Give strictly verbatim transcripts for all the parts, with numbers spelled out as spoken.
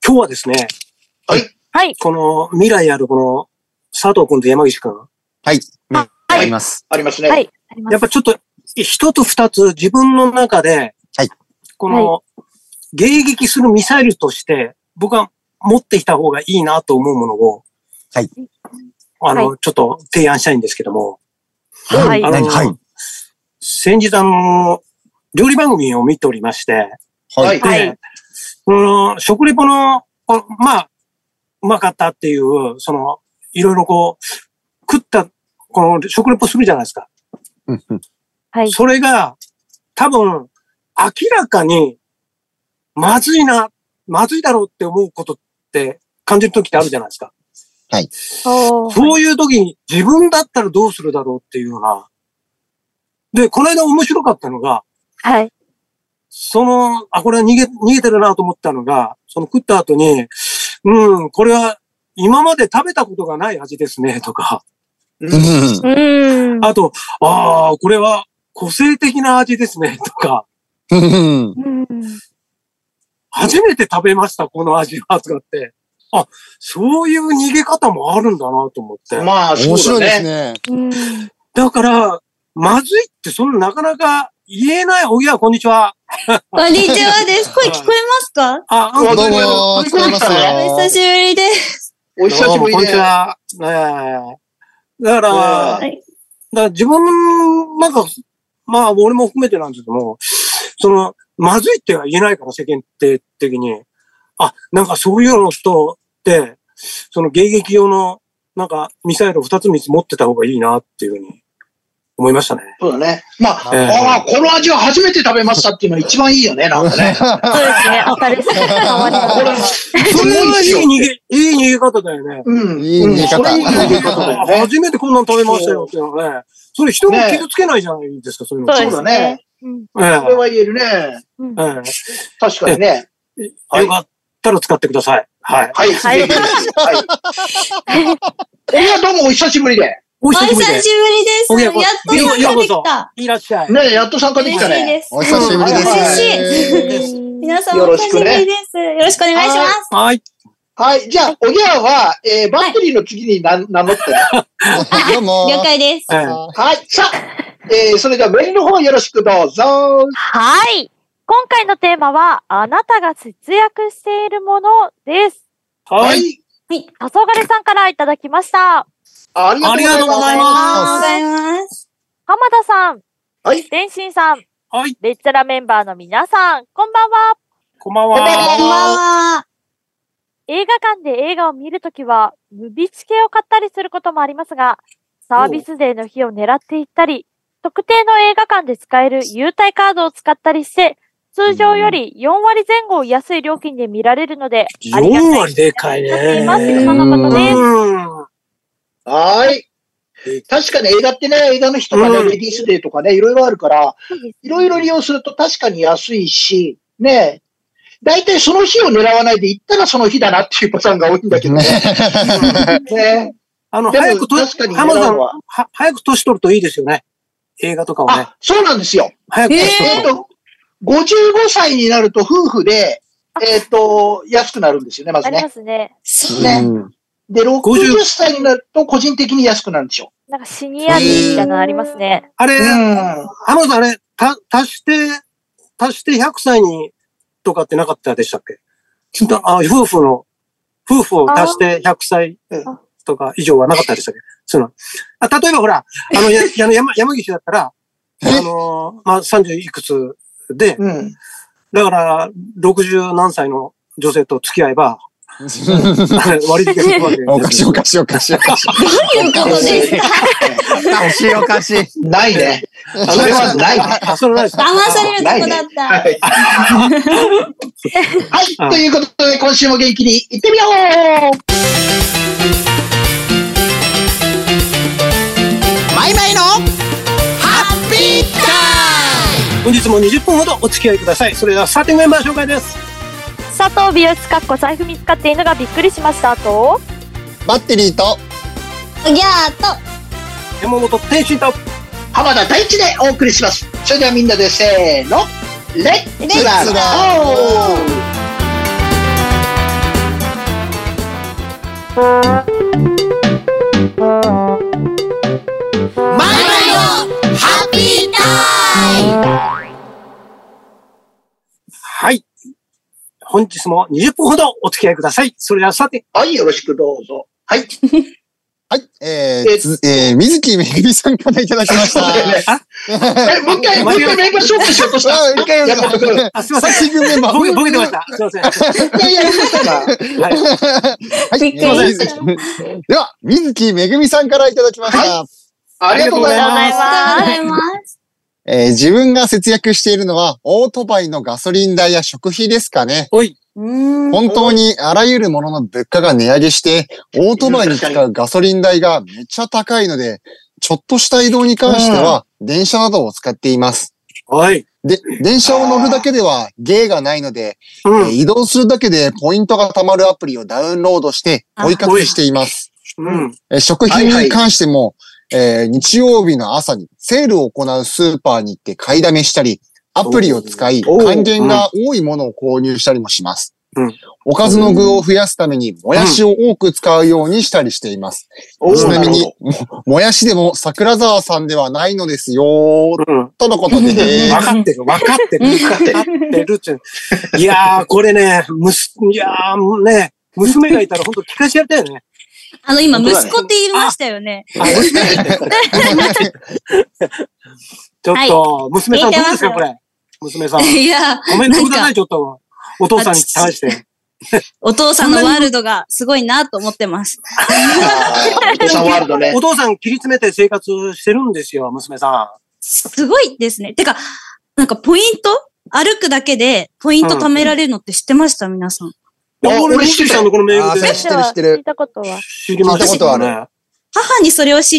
今日はですね、 はい。 はい。 この未来あるこの佐藤君と山岸君。 はい。 はい。 あります。 ありますね。 はい。 やっぱちょっと一つ二つ自分の中で、 はい。 この迎撃するミサイルとして僕は持ってきた方がいいなと思うものを、 はい。 あの、 はい、 ちょっと提案したいんですけども。 はい。 あの、 はい。 先日あの、料理番組を見ておりまして、 はい。 はい。 うん、食レポの、まあ、うまかったっていう、その、いろいろこう、食った、この食レポするじゃないですか。 はい。 それが、多分、明らかに、まずいな、まずいだろうって思うことって感じる時ってあるじゃないですか。 はい。 そういう時に自分だったらどうするだろうっていうような。で、この間面白かったのが、 はい。 その、あ、これは逃げ、逃げてるなと思ったのが、その食った後に、うん、これは今まで食べたことがない味ですね、とか。 うん。 うん。 あと、ああ、これは個性的な味ですね、とか。 うん。 初めて食べました、この味は、とかって。あ、そういう逃げ方もあるんだなと思って。 まあ、 面白いですね。 ね。 だから、まずいってそんななかなか言えない。おぎや、こんにちは。 こんにちはです。声聞こえますか？ あ、 どうも、聞こえますよ。 お久しぶりです。 お久しぶりです。 こんにちは。ねえ。だから、 はい、 だから自分、なんか、まあ、俺も含めてなんですけども、その、まずいっては言えないから、世間的に。あ、なんかそういうの人って、その迎撃用の、なんか、ミサイルを二つ三つ持ってた方がいいなっていうふうに思いましたね。 そうだね。まあ、 えー、 ああ、この味は初めて食べましたっていうのが一番いいよね、なんかね。 そうですね、当たりですね。 それはいい逃げ、いい逃げ方だよね。 うん。 いい逃げ方。 それいい逃げ方だよね。 初めてこんなの食べましたよっていうのはね。それ人も傷つけないじゃないですか、そういうの。 そうだね。それは言えるね。確かにね。 よかったら使ってください。はい。 はい。はい。はい。おや、どうもお久しぶりで。 お久しぶりです。やっと参加できた。 いらっしゃい。 ねやっと参加できたね。 お久しぶりです。 嬉しい。皆さんお久しぶりです。よろしくお願いします。 はい。 はい。じゃあ、おぎゃは、えー、バッテリーの次に名乗って。 どうも。 了解です。 はい。さあ、えー、それではメールの方よろしくどうぞ。 はい。今回のテーマは、あなたが節約しているものです。 はい。 はい。たそがれさんからいただきました。 ありがとうございます。 ありがとうございます。 浜田さん。 はい。 天心さん。 はい。 レッツラメンバーの皆さん、こんばんは。 こんばんは。 こんばんは。 映画館で映画を見るときは、ムビチケを買ったりすることもありますが、サービスデーの日を狙っていったり、特定の映画館で使える優待カードを使ったりして、通常よりよんわりぜん後安い料金で見られるので、 ありがたい。よんわりでかいね。 います。そのことです。 はい。確かに映画ってね、映画の日とかね、レディースデーとかね、いろいろあるから、いろいろ利用すると確かに安いし、ね、大体その日を狙わないで行ったらその日だなっていうパターンが多いんだけどね。ね。 あの、早くと、浜田さんは、早く年取るといいですよね。映画とかをね。 あ、そうなんですよ。 早く年取ると。 えっと、ごじゅうごさいになると夫婦で、えっと、安くなるんですよね、まずね。 ありますね。 そうね。で、ろくじゅっさいになると個人的に安くなるんですよ。 なんかシニア期みたいなのありますね。 あれ、浜田さんあれ、た、足して、足してひゃくさいにとかってなかったでしたっけ？あ、夫婦の、夫婦を足してひゃくさいとか以上はなかったでしたっけ？そういうの。あ、例えばほら、あの、や、や山、山岸だったら、あの、まあ、さんじゅういくつで、 うん、 だから、ろくじゅうなんさいの女性と付き合えば、割引するわけです。 おかしいおかしいおかしいおかしい。 どういうことですか？ おかしいおかしい。 ないね。それはない。 あ、それないです。 騙されるとこだった。 はい。はい。ということで、今週も元気に行ってみよう。 マイマイのハッピータイム。 本日もにじゅっぷんほどお付き合いください。それではスターティングメンバー紹介です。 佐藤美容室かっこ財布見つかっているのがびっくりしましたと、 バッテリーとおぎゃーと山本天心と浜田大地でお送りします。それではみんなでせーの、レッツラゴー。 ハッピータイム。 はい。本日もにじゅっぷんほどお付き合いください。それではさて。 はい、よろしくどうぞ。はい。 はい、えー、つえー、水木めぐみさんからいただきました。 え、もう一回、もう一回メンバー紹介しようとした。 あ、一回やったところ。 あ、すいません。 さっきメンバー。 僕、僕出ました。すいません。 一回やりましたか。はい。 はい。では、水木めぐみさんからいただきました。はい、 ありがとうございます。 ありがとうございます。 えー、自分が節約しているのは、オートバイのガソリン代や食費ですかね。 おい。 本当にあらゆるものの物価が値上げして、オートバイに使うガソリン代がめっちゃ高いので、ちょっとした移動に関しては、電車などを使っています。 はい。 で、電車を乗るだけでは芸がないので、 うんえー、移動するだけでポイントが貯まるアプリをダウンロードして追い活しています。 うん。 えー、食品に関しても、はいはい、えー、日曜日の朝にセールを行うスーパーに行って買いだめしたり、アプリを使い、還元が多いものを購入したりもします。うん、おかずの具を増やすために、もやしを多く使うようにしたりしています。うん、ちなみにも、もやしでも桜沢さんではないのですよ、うん、とのことで。 わかってる、わかってる、わかってる。いやー、これね、むす、いやー、ね、娘がいたら本当聞かせやったよね。 あの、今、息子って言いましたよね。 ちょっと、娘さんどうですか、これ。娘さん。 いや、 コメントください、ちょっと。お父さんに対して。 お父さんのワールドがすごいなと思ってます。 お父さんワールドね。 お父さん切り詰めて生活してるんですよ、娘さん。 すごいですね。てか、なんかポイント歩くだけでポイント貯められるのって知ってました、皆さん。 いや、俺、知ってたの、このメールで。 知ってる、知ってる。 聞いたことは。 知りましたことある。 母にそれを知って、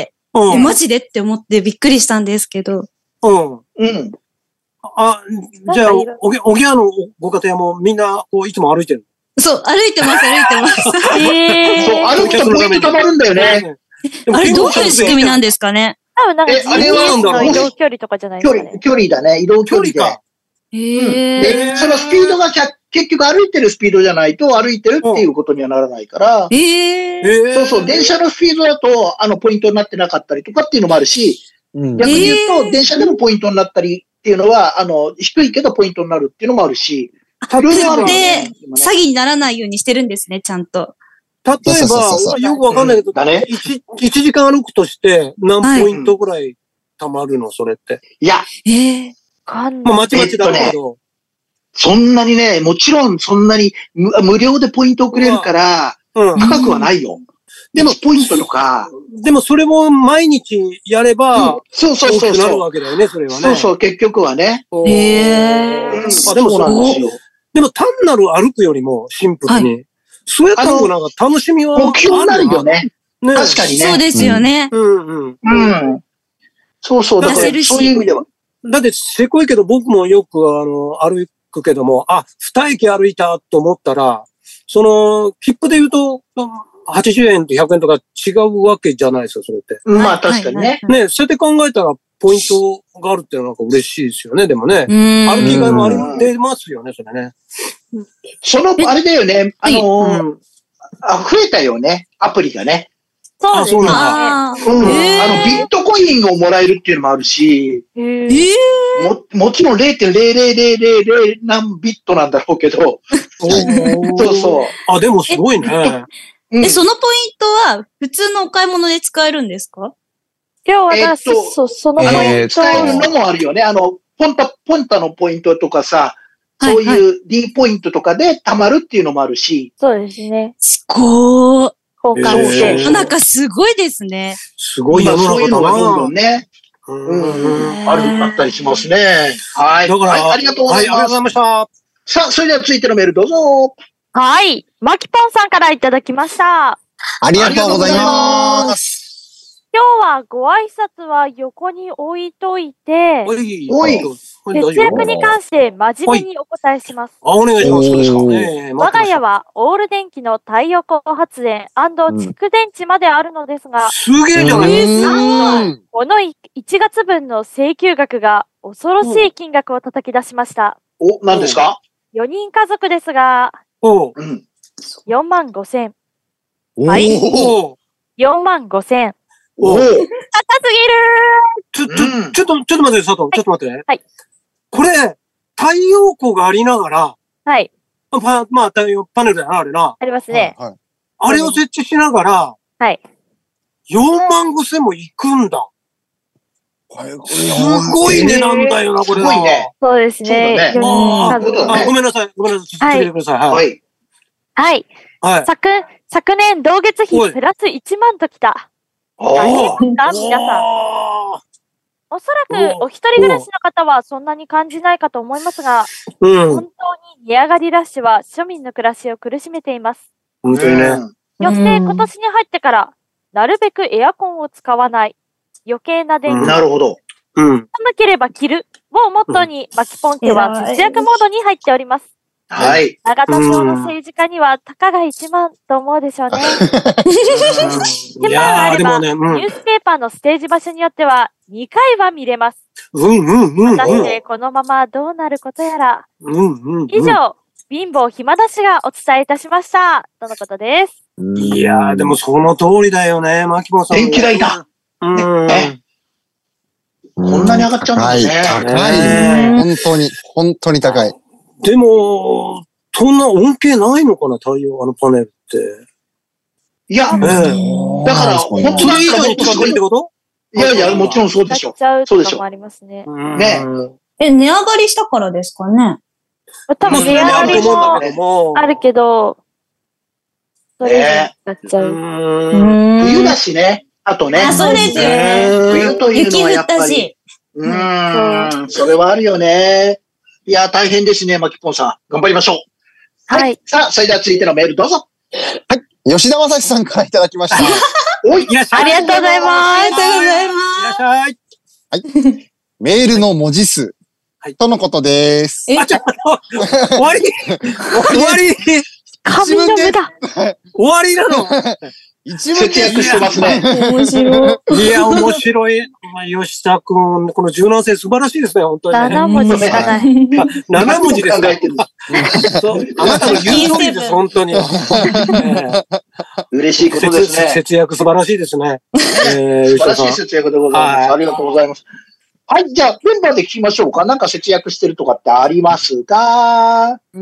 え、マジでって思ってびっくりしたんですけど。 うん。うん。あ、じゃあ、おぎ、おぎゃのご家庭もみんな、こう、いつも歩いてる？ そう、歩いてます、歩いてます。 えそう、歩くとポイント貯まるんだよね。 あれ、どういう仕組みなんですかね？ 多分なんか、あれは移動距離とかじゃないですかね。 距離、距離だね、移動距離で。 へで、そのスピードが結局歩いてるスピードじゃないと歩いてるっていうことにはならないから。 へー。そうそう、電車のスピードだと、あの、ポイントになってなかったりとかっていうのもあるし、逆に言うと、電車でもポイントになったりっていうのは、あの、低いけどポイントになるっていうのもあるし。 あ、で、詐欺にならないようにしてるんですね、ちゃんと。 例えば、よくわかんないけど、いちじかん歩くとして何ポイントぐらい貯まるの、それって。 いや。 ええ。 まあ、まちまちだけど。 そんなにね、もちろんそんなに無料でポイントをくれるから、高くはないよ。でも、ポイントとか。 でも、それも毎日やれば、 そうそうそう。 なるわけだよね、それはね。 そうそう、結局はね。 へえ。 あ、でもそうなんですよ。でも、単なる歩くよりも、シンプルに。それともなんか楽しみは。 目標になるよね。確かにね。 そうですよね。 うんうん。 うん。そうそう、だから、そういう意味では。 だって、せこいけど、僕もよく、あの、歩くけども、あ、二駅歩いたと思ったら、その、切符で言うと、はちじゅうえんとひゃくえんとか違うわけじゃないですよ、それって。 まあ、確かにね。 ね、そうやって考えたら、ポイントがあるっていうのはなんか嬉しいですよね、でもね。歩きがいもある、出ますよね、それね。 その、あれだよね、あの、あ、増えたよね、アプリがね。 そうですね。 うん。あの、ビットコインをもらえるっていうのもあるし、 えー、 も、もちろん ゼロてんゼロゼロゼロゼロゼロ 何ビットなんだろうけど。そうそう。 あ、でもすごいね。 え、そのポイントは普通のお買い物で使えるんですか？ 今日は、そ、そのポイント。 使えるのもあるよね。あの、ポンタ、ポンタのポイントとかさ、そういう D ポイントとかで貯まるっていうのもあるし。 そうですね。 すごー。 交換して。 なんかすごいですね。 すごい世の中だな。そういうのがどんどんね。うん。ある、あったりしますね。はい。だから、はい、ありがとうございます。 はい、ありがとうございました。 さあ、それでは続いてのメールどうぞ。 はい。マキポンさんからいただきました。 ありがとうございます。 今日はご挨拶は横に置いといて、 おい、おい。 節約に関して真面目にお答えします。 あ、お願いします。そうですかね。 我が家はオール電気の太陽光発電&蓄電池まであるのですが、 すげえじゃないですか。このいちがつぶんの請求額が恐ろしい金額を叩き出しました。 お、何ですか？ よにん家族ですが、 およんまんごせん。 はい。 おお。 よんまんごせんえん。 おお。 高すぎるちょ、ちょ、ちょっと、ちょっと待って、佐藤。ちょっと待って。 はい。 これ、太陽光がありながら、 はい。 まあ、まあ、太陽パネルだよな、あれな。 ありますね。 はい。 あれを設置しながら、 はい。 よんまんごせんも行くんだ。すごい値段だよな、これ。 すごいね。 そうですね。 そうだね。あ、ごめんなさい。ごめんなさい。続けてください。 はい。 はい。はい。昨、昨年、同月比プラスいちまんときた。大変ですか皆さん。おそらく、お一人暮らしの方はそんなに感じないかと思いますが、うん、本当に値上がりラッシュは庶民の暮らしを苦しめています。 本当にね。 よって今年に入ってから、なるべくエアコンを使わない。余計な電気。 なるほど。 うん。 寒ければ着るをモットーに、マキポン家は節約モードに入っております。 はい。 永田町の政治家には、たかがいちまんと思うでしょうね。 いやー、でもね、 ニュースペーパーのステージ場所によっては、にかいは見れます。 うんうんうん。 果たしてこのままどうなることやら。 うんうん。 以上、貧乏暇なしがお伝えいたしました。とのことです。 いやー、でもその通りだよね、マキポンさん。 電気代だ。 うん。 こんなに上がっちゃうんだね。 高い。本当に、本当に高い。 でも、そんな恩恵ないのかな、太陽、あのパネルって。 いや、だから、本当にそれ以上に使ってるってこと？ いやいや、もちろんそうでしょ。 そうでしょ。ありますね。 ね。 え、値上がりしたからですかね。 多分値上がりもあるけど、それになっちゃう。 冬だしね。あとね。 あ、そうですよね。 冬というのはやっぱり。うん。それはあるよね。いや、大変ですね、マキポンさん。頑張りましょう。はい。さあ、それでは続いてのメールどうぞ。 はい。吉田正史さんからいただきました。 おい、いらっしゃい。 ありがとうございます。 ありがとうございます。 いらっしゃい。 はい。メールの文字数。はい。とのことです。 あ、ちょっと、終わり終わり紙の無駄。 終わりなの一番節約してますね。 面白い。いや、面白い。まあ、吉田くん、この柔軟性素晴らしいですね、本当に、ね。 なな文字しかない。 なな文字ですか。そう。あなたの言う通りです、本当に。 嬉しいことですね。 節約素晴らしいですね。 素晴らしい節約でございます。ありがとうございます。はい、じゃあ、メンバーで聞きましょうか。なんか節約してるとかってありますか？ うん。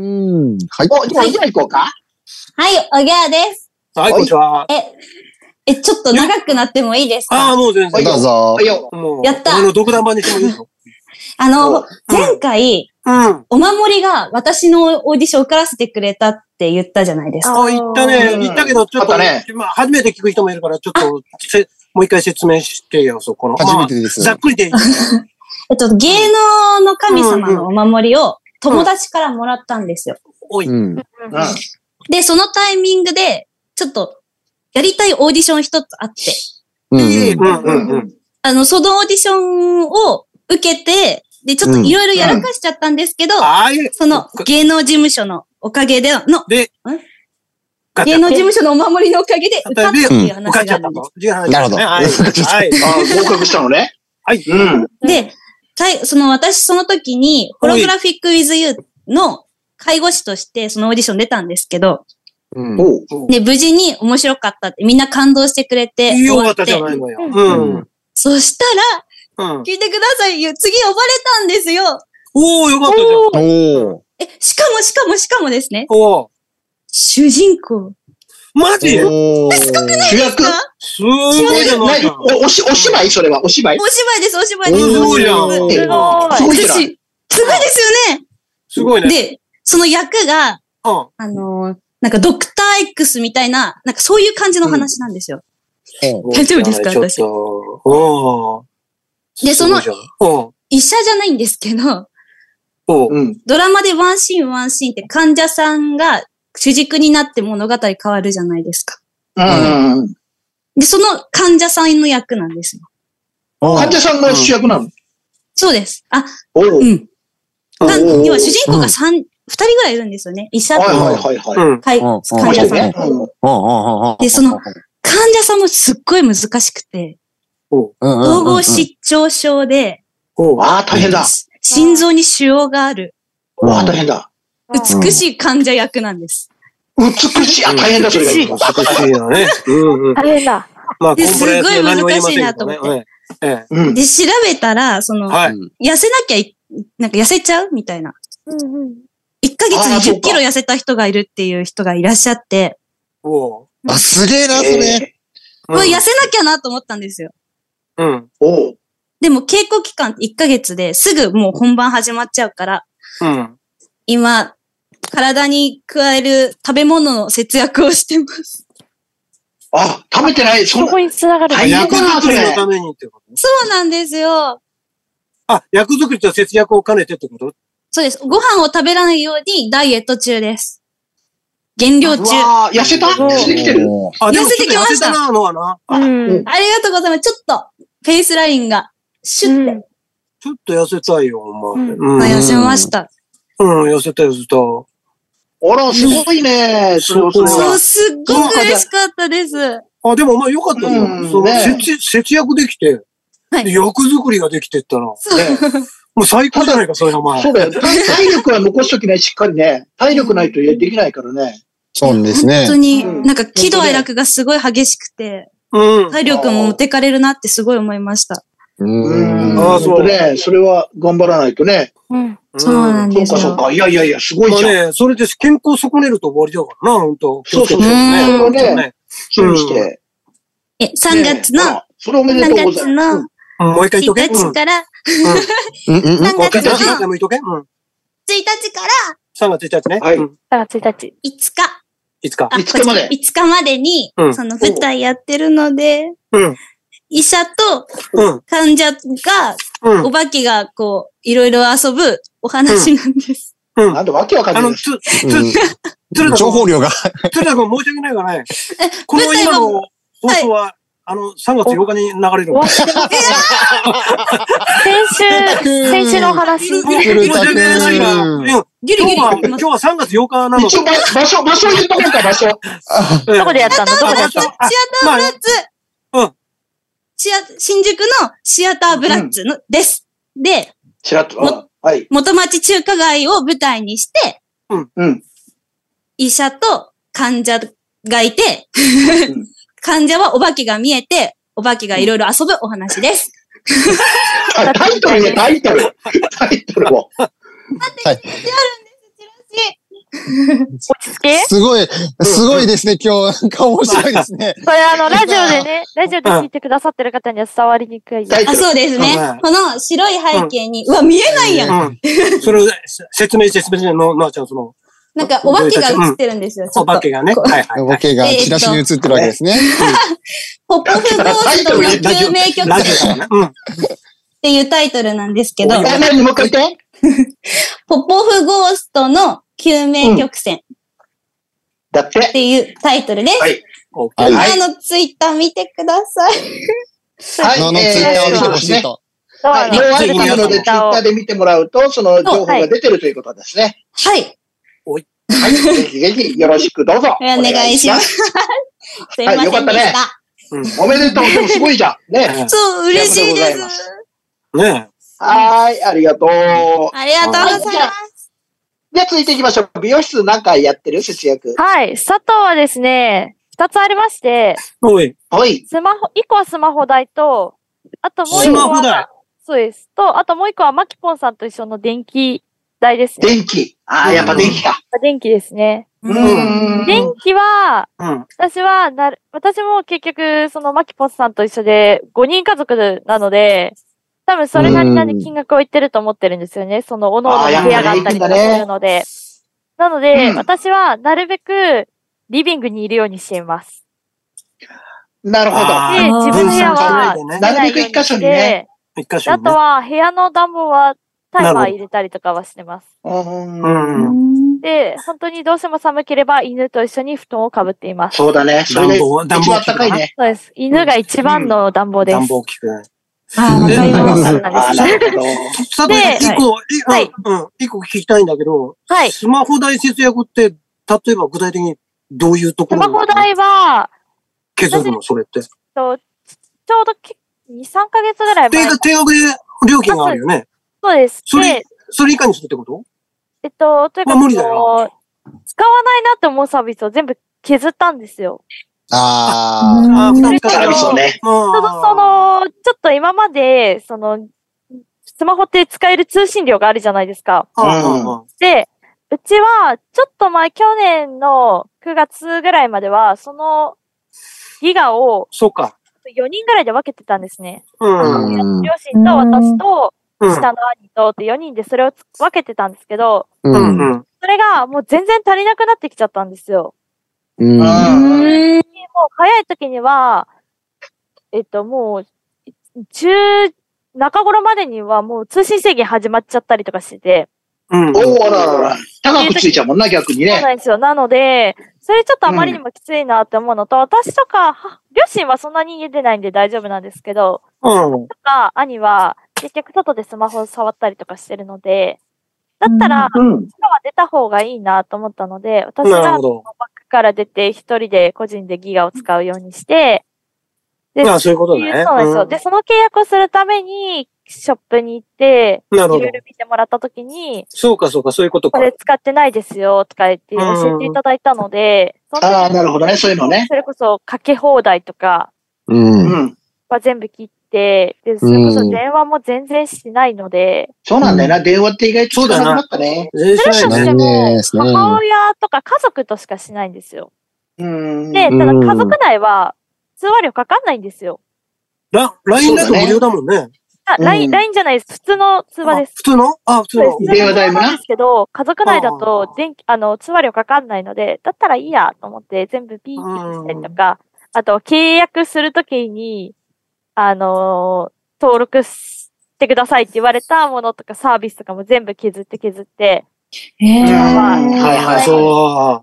はい。 お、じゃあ、じゃあ行こうか。 はい、おぎゃーです。 はい、こんにちは。 え、え、ちょっと長くなってもいいですか？ ああ、もう全然。 どうぞ。 やった。 あの、独断版にしてもいいの？ あの、前回、お守りが私のオーディション受からせてくれたって言ったじゃないですか。 ああ、言ったね。言ったけど、ちょっとね、初めて聞く人もいるから、ちょっと、もう一回説明してよ、そこの。 初めてです。 ざっくりでいい。 えっと、芸能の神様のお守りを友達からもらったんですよ。 おい。 で、そのタイミングで、ちょっと、やりたいオーディション一つあって、あの、そのオーディションを受けて、で、ちょっといろいろやらかしちゃったんですけど、その芸能事務所のおかげでの、 で、 芸能事務所のお守りのおかげで受かったっていう話があるんです。 なるほど。 はい。 合格したのね。 はい。 で、その私その時に、ホログラフィック with you の介護士としてそのオーディション出たんですけど、 うん、 で、無事に面白かったってみんな感動してくれて終わって。 いいよ、じゃないのよ。うん。 そしたら、うん、聞いてくださいよ。次呼ばれたんですよ。 おー、よかったじゃん。 おー。 え、しかもしかもしかもですね。 おー。 主人公。 マジ？ すごくないですか？ すごいじゃない。 お、おし、お芝居それは、お芝居お芝居です、お芝居です。 すごいじゃん。 すごい。すごいですよね。 すごいね。 で、その役が、あの、なんかドクター X みたいな、なんかそういう感じの話なんですよ。大丈夫ですか、私。で、その、医者じゃないんですけど、ドラマでワンシーンワンシーンって患者さんが主軸になって物語変わるじゃないですか。 うん。 で、その患者さんの役なんですよ。 患者さんが主役なの？ そうです。あ、うん。要は主人公が三、二人ぐらいいるんですよね。医者と、 はいはいはい。 患者さん。で、その患者さんもすっごい難しくて、統合失調症で、 ああ、大変だ。 心臓に腫瘍がある。 わあ、大変だ。 美しい患者役なんです。 美しい。あ、大変だ、それが。美しいよね。うんうん。 大変だ。 まあ、すごい難しいなと思って。で、調べたら、その、痩せなきゃ、なんか痩せちゃうみたいな。いっかげつにじゅっキロ痩せた人がいるっていう人がいらっしゃって。 あ、すげえな、それ。 これ痩せなきゃなと思ったんですよ。 うん。 でも稽古期間っていっかげつですぐもう本番始まっちゃうから。 うん。 今、体に加える食べ物の節約をしてます。 あ、食べてない。 そこに繋がる。 役作りのためにってこと？ そうなんですよ。 あ、役作りと節約を兼ねてってこと？ そうです。ご飯を食べないようにダイエット中です。減量中。 あ、痩せた？痩せてきてる？ 痩せてきました。 なのはな。 うん。ありがとうございます。ちょっと、フェイスラインが、シュッて、うん。 ちょっと痩せたいよ、お前。 うん。痩せました。 うん、痩せた、痩せた。 あら、すごいね。 そう、そう、すっごく嬉しかったです。 あ、でもまあよかったじゃん。その、節、節約できて、はい、役作りができてったら、ね、もう最高じゃないか、それがまあ。 そうだよ。体力は残しときない、しっかりね。体力ないとできないからね。 そうですね。 本当に、なんか喜怒哀楽がすごい激しくて、うん、体力も持ってかれるなってすごい思いました。 うん。ああ、そうね。それは頑張らないとね。 うん。そうなんですよ。 そうか、そうか。いやいやいや、すごいじゃん。 まあね、それで健康損ねると終わりだからな、本当。 そうそうそう。そうね。そうして。 え、さんがつの、 それおめでとうございます。 さんがつの、 もう一回言っとけ。 ついたちから、 うんうん。さんがつの、ついたちからもう言っとけ。 ついたちから、 さんがつついたちね。 はい。 さんがつついたち。 いつか。 いつか。 いつかまで。 いつかまでに、その舞台やってるので、医者と患者が、お化けがこう、いろいろ遊ぶお話なんです。 うん。なんでわけわかんない。あの、つ、つ、 つ、情報量が。 つるたくん申し訳ないがね、この今の放送は、あの、さんがつようかに流れる。 先週、先週の話。 申し訳ないが、ギリギリ。今日はさんがつようかなの。 一応場所、場所言っとこうか、場所。 どこでやったの？どこでやったの？ シアターブラッツ。うん。シア、新宿のシアターブラッツの、です。で、 シアター、はい。 元町中華街を舞台にして、 うん。うん。 医者と患者がいて、患者はお化けが見えて、お化けがいろいろ遊ぶお話です。 タイトルね、タイトル。タイトルを。 だって、チラシあるんです、チラシ。 落ち着けすごい、すごいですね、今日。面白いですね。 これあの、ラジオでね、ラジオで聞いてくださってる方には伝わりにくい。 あ、そうですね。この白い背景に、うわ、見えないやん。 それを説明して、説明して、の、なあちゃん、その。 なんか、お化けが映ってるんですよ。 お化けがね。はいはい。 お化けがチラシに映ってるわけですね。 ポップフゴーストの救命曲っていうタイトルなんですけど。 何もう一回言って。 ポポフゴーストの救命曲線。 だって。 っていうタイトルです。はい。今のツイッター見てください。 はい。 のツイッターを見てほしいと。 はい。もうあるので、ツイッターで見てもらうと、その情報が出てるということですね。 はい。 はい。ぜひぜひよろしくどうぞ。 お願いします。すいませんでした。はい、よかったね。 おめでとう。でもすごいじゃん。ね。 そう、嬉しいです。 ね。 はい、ありがとう。 ありがとうございます。 じゃあ続いていきましょう。美容室何回やってる節約。 はい。佐藤はですね、二つありまして。 おい。 おい。 スマホ、一個はスマホ代と、あともう一個は。 スマホ代。 そうです。と、あともう一個はマキポンさんと一緒の電気代ですね。 電気。ああ、やっぱ電気か。 電気ですね。 うん。 電気は、うん、私はなる、私も結局、そのマキポンさんと一緒でごにん家族なので、多分それなりな金額を言ってると思ってるんですよね。その、おのおの部屋があったりとかするので。なので、うん、私はなるべくリビングにいるようにしています。 なるほど。 で、自分の部屋は、 なるべく一箇所にね。 一箇所に、 ね。あとは、部屋の暖房はタイマー入れたりとかはしてます。 うん、 で、本当にどうしても寒ければ犬と一緒に布団をかぶっています。 そうだね。それが一番高いね。 そうです。犬が一番の暖房です。 暖房効く。 ああ、わかります。 なるほど。 さて、一個、はい、うん、一個聞きたいんだけど、 はい。 スマホ代節約って、例えば具体的にどういうところスマホ代は、 削るの、それって。 ちょうどに、さんかげつぐらい前。 定額で料金があるよね。 そうです。 それ、それ以下にするってこと？ えっと、というか、 無理だよ。 使わないなって思うサービスを全部削ったんですよ。 ああ。サービスをね。 ちょうどその、ちょっと今まで、その、スマホって使える通信量があるじゃないですか。 うん、 で、うちは、ちょっと前、去年のくがつぐらいまでは、その、ギガを、 そうか。 よにんぐらいで分けてたんですね。 うん。 両親と私と、下の兄とってよにんでそれを分けてたんですけど、 うんうん、 それがもう全然足りなくなってきちゃったんですよ。 うん。もう早い時には、えっと、もう、中、中頃までにはもう通信制限始まっちゃったりとかしてて。 うん。おー、あららら。高くついちゃうもんな、逆にね。 そうなんですよ。なので、それちょっとあまりにもきついなって思うのと、うん、私とか、両親はそんなに家出ないんで大丈夫なんですけど、 うん。 とか、兄は、結局外でスマホを触ったりとかしてるので、だったら、うん、外は出た方がいいなと思ったので、私がバックから出て一人で個人でギガを使うようにして、 で、あ、そういうことね。 そうなんですよ。うん、で、その契約をするために、ショップに行って、いろいろ見てもらったときに、 そうかそうか、そういうことか。 これ使ってないですよ、とか言って教えていただいたので、 うん、ああ、なるほどね、そういうのね。 それこそ、かけ放題とか、 うん。 は全部切って、で、それこそ電話も全然しないので。 そうなんだよな、電話って意外としなくなったね。 全然しないね。母親とか家族としかしないんですよ。 うん。 で、ただ家族内は通話料かかんないんですよ。 ラ、ライン だと無料だもんね。 あ、ライン、ライン じゃないです。普通の通話です。 普通のあ、普通の。 電話代もな。 ですけど、家族内だと、電気、あの、通話料かかんないので、だったらいいやと思って、全部ピーってしたりとか、あと、契約するときに、あのー、登録してくださいって言われたものとかサービスとかも全部削って削って。 へぇー。 まあ、はいはい。 そう。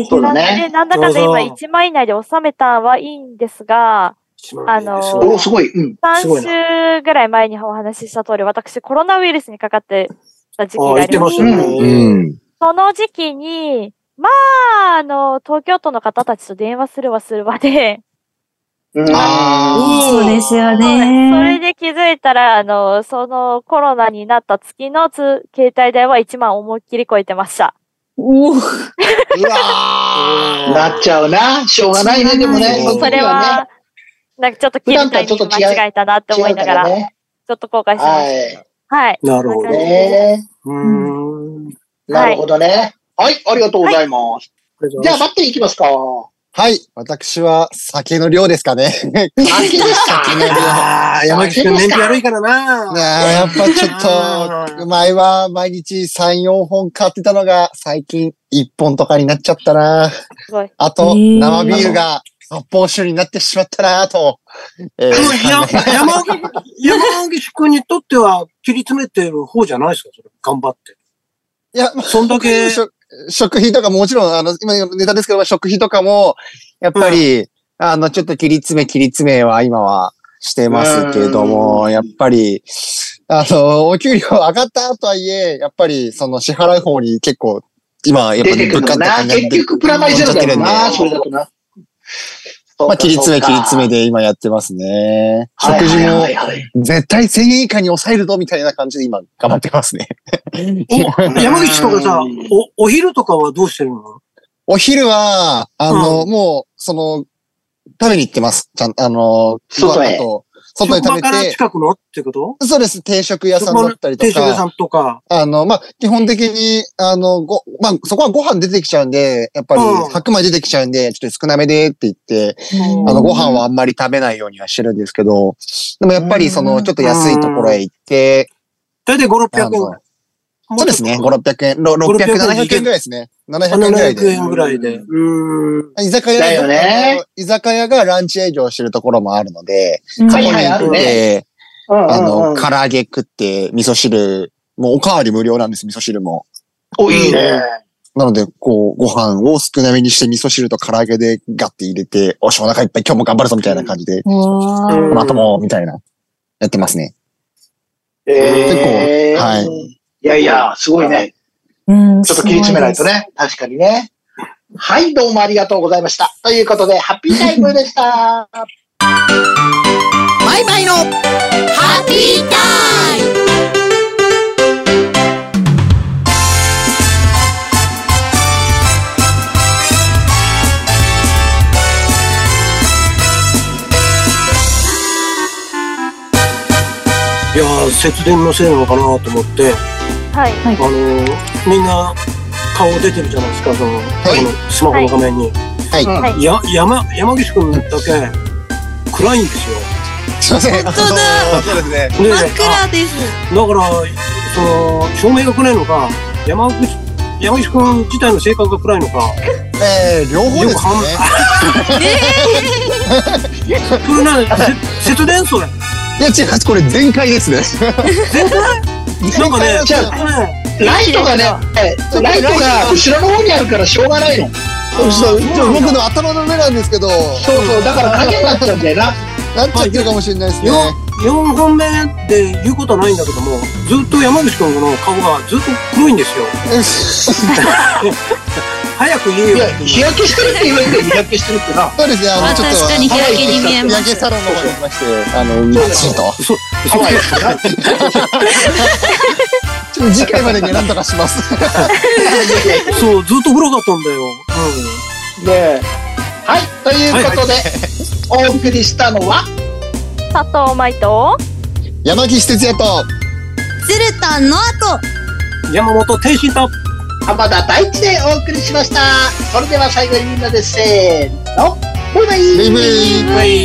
そうだね。 なんだかんだ今いちまん以内で収めたはいいんですが、あのー、 おすごい。うん。 さんしゅうぐらい前にお話しした通り、私コロナウイルスにかかってた時期がありまして、 ね、 その時期に、まあ、あの、東京都の方たちと電話するわするわで、 ああ、そうですよね。 それで気づいたら、あの、そのコロナになった月のつ携帯代はいちまん思いっきり超えてました。 おぉ。 うわなっちゃうな。しょうがないね、でもね。 それは、なんかちょっと切るタイミング間違えたなって思いながら、ちょっと後悔しました。はい。はい。 なるほどね。うん。なるほどね。はい、ありがとうございます。じゃあ、バッテリーいきますか。 はい。私は酒の量ですかね。酒でした。 ああ、山口くん燃費悪いからな。 やっぱちょっと、前は毎日さん、よんほん買ってたのが、最近いっぽんとかになっちゃったな。あと、生ビールが発泡酒になってしまったなと。 えー、山口くんにとっては切り詰めてる方じゃないですか、それ。頑張って。 いや、 そんだけ。 食費とかももちろん、あの、今ネタですけど、食費とかも、やっぱり、うん、あの、ちょっと切り詰め、切り詰めは今はしてますけれども、やっぱり、あの、お給料上がったとはいえ、やっぱり、その支払う方に結構、今、やっぱり物価って感じで。結局プラマイゼロだよな、それだとな。 まあ、切り詰め、切り詰めで今やってますね。食事も、絶対せんえん以下に抑えるぞ、みたいな感じで今、頑張ってますね。 山口とかさ、お、お昼とかはどうしてるの？ お昼は、あの、うん、もう、その、食べに行ってます。ちゃん、あの、 外へ。 外で食べて。職場から近くのってこと？ そうです。定食屋さんだったりとか。 定食屋さんとか。 あの、まあ、基本的に、あの、ご、まあ、そこはご飯出てきちゃうんで、やっぱり、白米出てきちゃうんで、ちょっと少なめでって言って、うん、あの、ご飯はあんまり食べないようにはしてるんですけど、でもやっぱり、その、ちょっと安いところへ行って、 だいたいご、ろっぴゃくえん。 そうですね。ご、ろっぴゃくえん。ろっぴゃく、ななひゃくえんぐらいですね。ななひゃくえんぐらいで。 ななひゃくえんぐらいで。 うん。 居酒屋だよね。 居酒屋がランチ営業してるところもあるので、 そこに行って、 あの、唐揚げ食って、味噌汁、もうおかわり無料なんです、味噌汁も。 お、いいね。 なので、こう、ご飯を少なめにして味噌汁と唐揚げでガッて入れて、おし、お腹いっぱい今日も頑張るぞみたいな感じで、この後も、みたいな、やってますね。 えー、結構、はい。いやいや、すごいね。うん、ちょっと切り詰めないとね。確かにね。はい、どうもありがとうございました。ということで、ハッピータイムでした。 マイマイのハッピータイム。 いやー、節電のせいなのかなと思って、 はい。 あのー、みんな顔出てるじゃないですか、その、はい、このスマホの画面に。 はい。はい、 や、山、山岸くんだけ暗いんですよ。 すいません。 本当だ。 そうですね。 真っ暗です。 だから、その、照明が暗いのか、山口、山岸くん自体の性格が暗いのか。 えー、両方ですね。 えー、これな、節電それ。 いや、違う、これ全開ですね。 全開なんかね、 ライトがね、ライトが後ろの方にあるからしょうがないの。 僕の頭の上なんですけど。 そうそう、だから影になっちゃうんだよな。 なっちゃってるかもしれないですね。 よんほんめで言うことはないんだけども、ずっと山口くんの顔がずっと黒いんですよ。早く言えよ。 日焼けしてるって言われて日焼けしてるってな。 そうですね、あの、ちょっと。 確かに日焼けに見えます。 日焼けサロンの方に行きまして、あの、みっちりと。 そう、そうですか。 ちょっと次回までに何とかします。 そう、ずっと黒かったんだよ。 うん。で、はい、ということで、お送りしたのは、 佐藤舞と、 山岸哲也と、 鶴田の後、 山本天心と、 浜田大地でお送りしました。それでは最後にみんなでせーの、バイバイ。 バイバイ。